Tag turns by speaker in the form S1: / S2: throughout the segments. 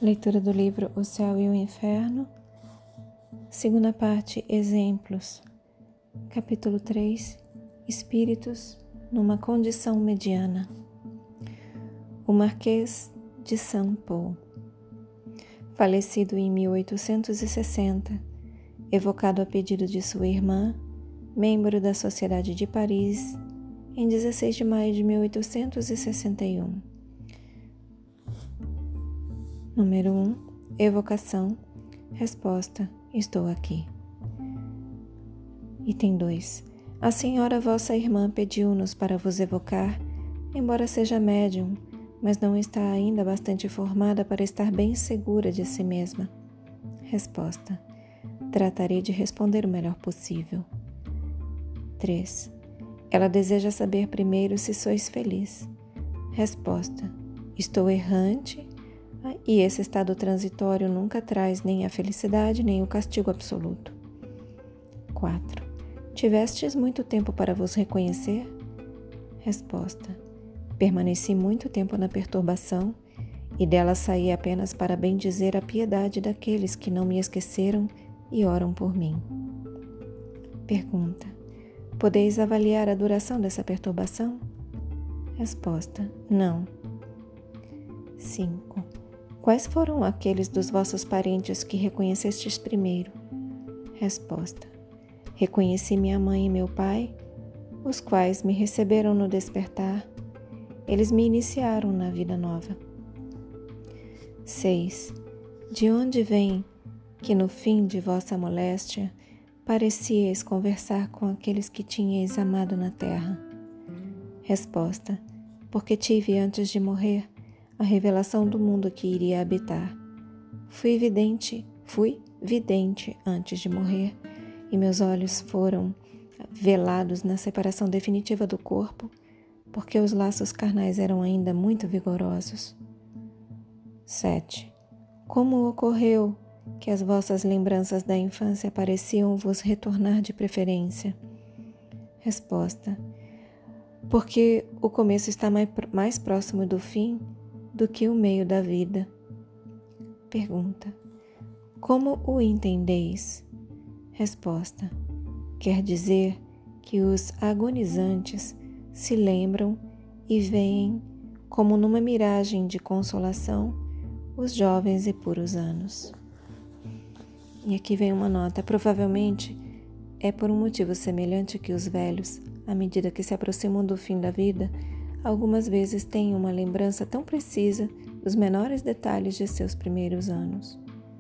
S1: Leitura do livro O Céu e o Inferno, segunda parte, Exemplos, capítulo 3, Espíritos numa condição mediana. O Marquês de St. Paul, falecido em 1860, evocado a pedido de sua irmã, membro da Sociedade de Paris, em 16 de maio de 1861. Número 1. Evocação. Resposta. Estou aqui. Item 2. A senhora vossa irmã pediu-nos para vos evocar, embora seja médium, mas não está ainda bastante formada para estar bem segura de si mesma. Resposta. Tratarei de responder o melhor possível. 3. Ela deseja saber primeiro se sois feliz. Resposta. Estou errante e esse estado transitório nunca traz nem a felicidade nem o castigo absoluto. 4. Tivestes muito tempo para vos reconhecer? Resposta. Permaneci muito tempo na perturbação e dela saí apenas para bendizer a piedade daqueles que não me esqueceram e oram por mim. Pergunta. Podeis avaliar a duração dessa perturbação? Resposta. Não. 5. Quais foram aqueles dos vossos parentes que reconhecestes primeiro? Resposta. Reconheci minha mãe e meu pai, os quais me receberam no despertar. Eles me iniciaram na vida nova. 6. De onde vem que no fim de vossa moléstia parecieis conversar com aqueles que tinhais amado na terra? Resposta. Porque tive antes de morrer a revelação do mundo que iria habitar. Fui vidente antes de morrer, e meus olhos foram velados na separação definitiva do corpo, porque os laços carnais eram ainda muito vigorosos. 7. Como ocorreu que as vossas lembranças da infância pareciam vos retornar de preferência? Resposta. Porque o começo está mais próximo do fim do que o meio da vida. Pergunta. Como o entendeis? Resposta. Quer dizer que os agonizantes se lembram e veem, como numa miragem de consolação, os jovens e puros anos. E aqui vem uma nota. Provavelmente é por um motivo semelhante que os velhos, à medida que se aproximam do fim da vida, algumas vezes têm uma lembrança tão precisa dos menores detalhes de seus primeiros anos.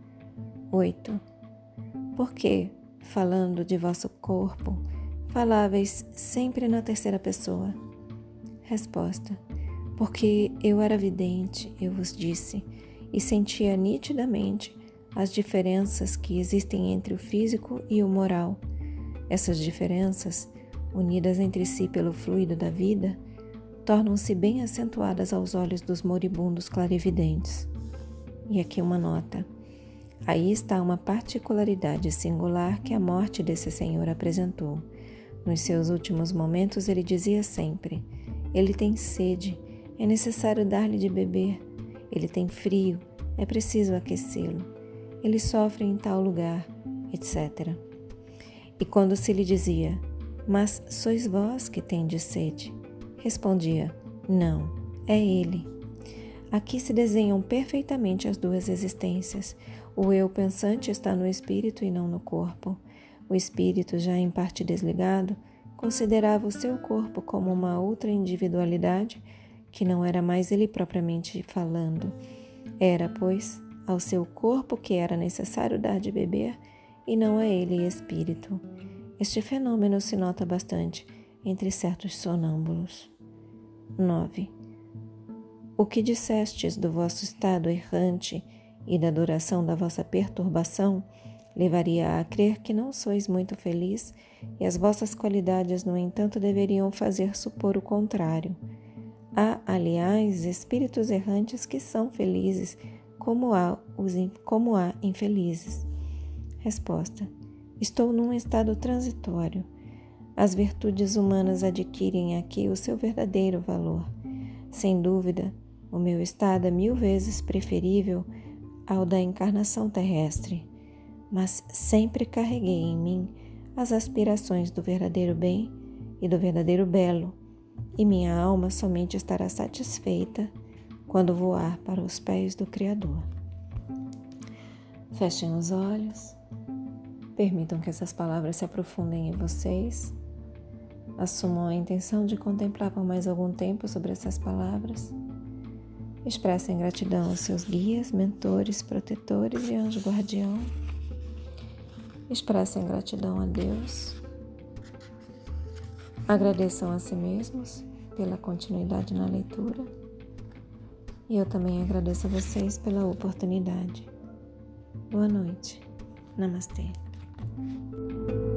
S1: 8. Por que, falando de vosso corpo, faláveis sempre na terceira pessoa? Resposta. Porque eu era vidente, eu vos disse, e sentia nitidamente as diferenças que existem entre o físico e o moral. Essas diferenças, unidas entre si pelo fluido da vida, tornam-se bem acentuadas aos olhos dos moribundos clarividentes. E aqui uma nota. Aí está uma particularidade singular que a morte desse senhor apresentou. Nos seus últimos momentos ele dizia sempre: ele tem sede, é necessário dar-lhe de beber. Ele tem frio, é preciso aquecê-lo. Ele sofre em tal lugar, etc. E quando se lhe dizia: mas sois vós que tendes sede, respondia: não, é ele. Aqui se desenham perfeitamente as duas existências. O eu pensante está no espírito e não no corpo. O espírito, já em parte desligado, considerava o seu corpo como uma outra individualidade que não era mais ele propriamente falando. Era, pois, ao seu corpo que era necessário dar de beber e não a ele espírito. Este fenômeno se nota bastante entre certos sonâmbulos. 9. O que dissestes do vosso estado errante e da duração da vossa perturbação levaria a crer que não sois muito feliz e as vossas qualidades, no entanto, deveriam fazer supor o contrário. Há, aliás, espíritos errantes que são felizes, como há infelizes. Resposta. Estou num estado transitório. As virtudes humanas adquirem aqui o seu verdadeiro valor. Sem dúvida, o meu estado é 1000 vezes preferível ao da encarnação terrestre, mas sempre carreguei em mim as aspirações do verdadeiro bem e do verdadeiro belo, e minha alma somente estará satisfeita quando voar para os pés do Criador. Fechem os olhos, permitam que essas palavras se aprofundem em vocês, assumam a intenção de contemplar por mais algum tempo sobre essas palavras, expressem gratidão aos seus guias, mentores, protetores e anjo guardião, expressem gratidão a Deus, agradeçam a si mesmos pela continuidade na leitura e eu também agradeço a vocês pela oportunidade. Boa noite. Namastê.